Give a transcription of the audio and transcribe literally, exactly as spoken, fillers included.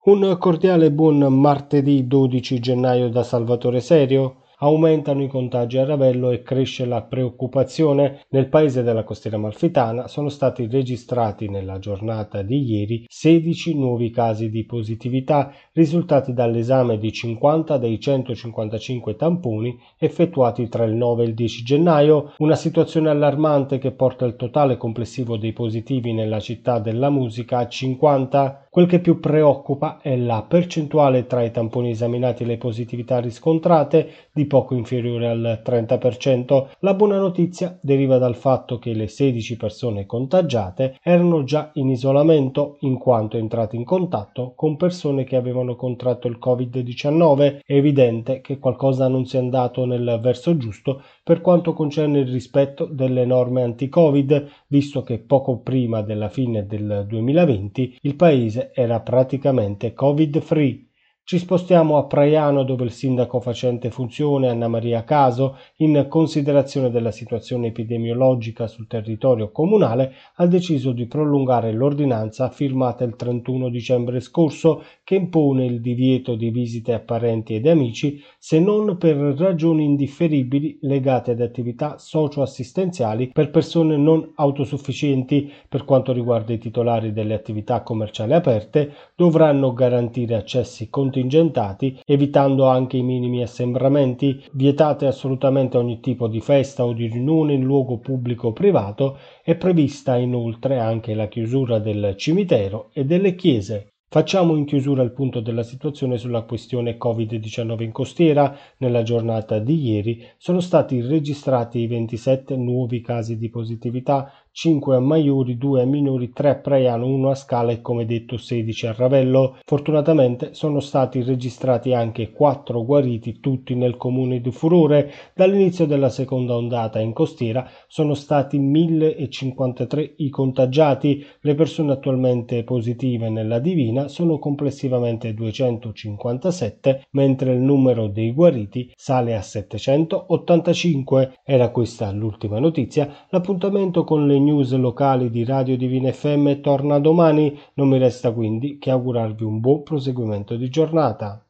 Un cordiale buon martedì dodici gennaio da Salvatore Serio. Aumentano i contagi a Ravello e cresce la preoccupazione. Nel paese della costiera amalfitana sono stati registrati nella giornata di ieri sedici nuovi casi di positività risultati dall'esame di cinquanta dei centocinquantacinque tamponi effettuati tra il nove e il dieci gennaio, una situazione allarmante che porta il totale complessivo dei positivi nella città della musica a cinquanta. Quel che più preoccupa è la percentuale tra i tamponi esaminati e le positività riscontrate, di poco inferiore al trenta per cento. La buona notizia deriva dal fatto che le sedici persone contagiate erano già in isolamento in quanto entrate in contatto con persone che avevano contratto il covid diciannove. È evidente che qualcosa non sia andato nel verso giusto per quanto concerne il rispetto delle norme anti-Covid, visto che poco prima della fine del duemilaventi il paese era praticamente covid free. Ci spostiamo a Praiano, dove il sindaco facente funzione Anna Maria Caso, in considerazione della situazione epidemiologica sul territorio comunale, ha deciso di prolungare l'ordinanza firmata il trentuno dicembre scorso, che impone il divieto di visite a parenti ed amici se non per ragioni indifferibili legate ad attività socio-assistenziali per persone non autosufficienti. Per quanto riguarda i titolari delle attività commerciali aperte, dovranno garantire accessi contingentati, evitando anche i minimi assembramenti. Vietate assolutamente ogni tipo di festa o di riunione in luogo pubblico o privato. È prevista inoltre anche la chiusura del cimitero e delle chiese. Facciamo in chiusura il punto della situazione sulla questione covid diciannove in costiera. Nella giornata di ieri sono stati registrati ventisette nuovi casi di positività, cinque a Maiuri, due a Minori, tre a Praiano, uno a Scala e come detto sedici a Ravello. Fortunatamente sono stati registrati anche quattro guariti, tutti nel comune di Furore. Dall'inizio della seconda ondata in costiera sono stati millecinquantatré i contagiati. Le persone attualmente positive nella Divina sono complessivamente duecentocinquantasette, mentre il numero dei guariti sale a settecentottantacinque. Era questa l'ultima notizia. L'appuntamento con le news locali di Radio Divina F M torna domani. Non mi resta quindi che augurarvi un buon proseguimento di giornata.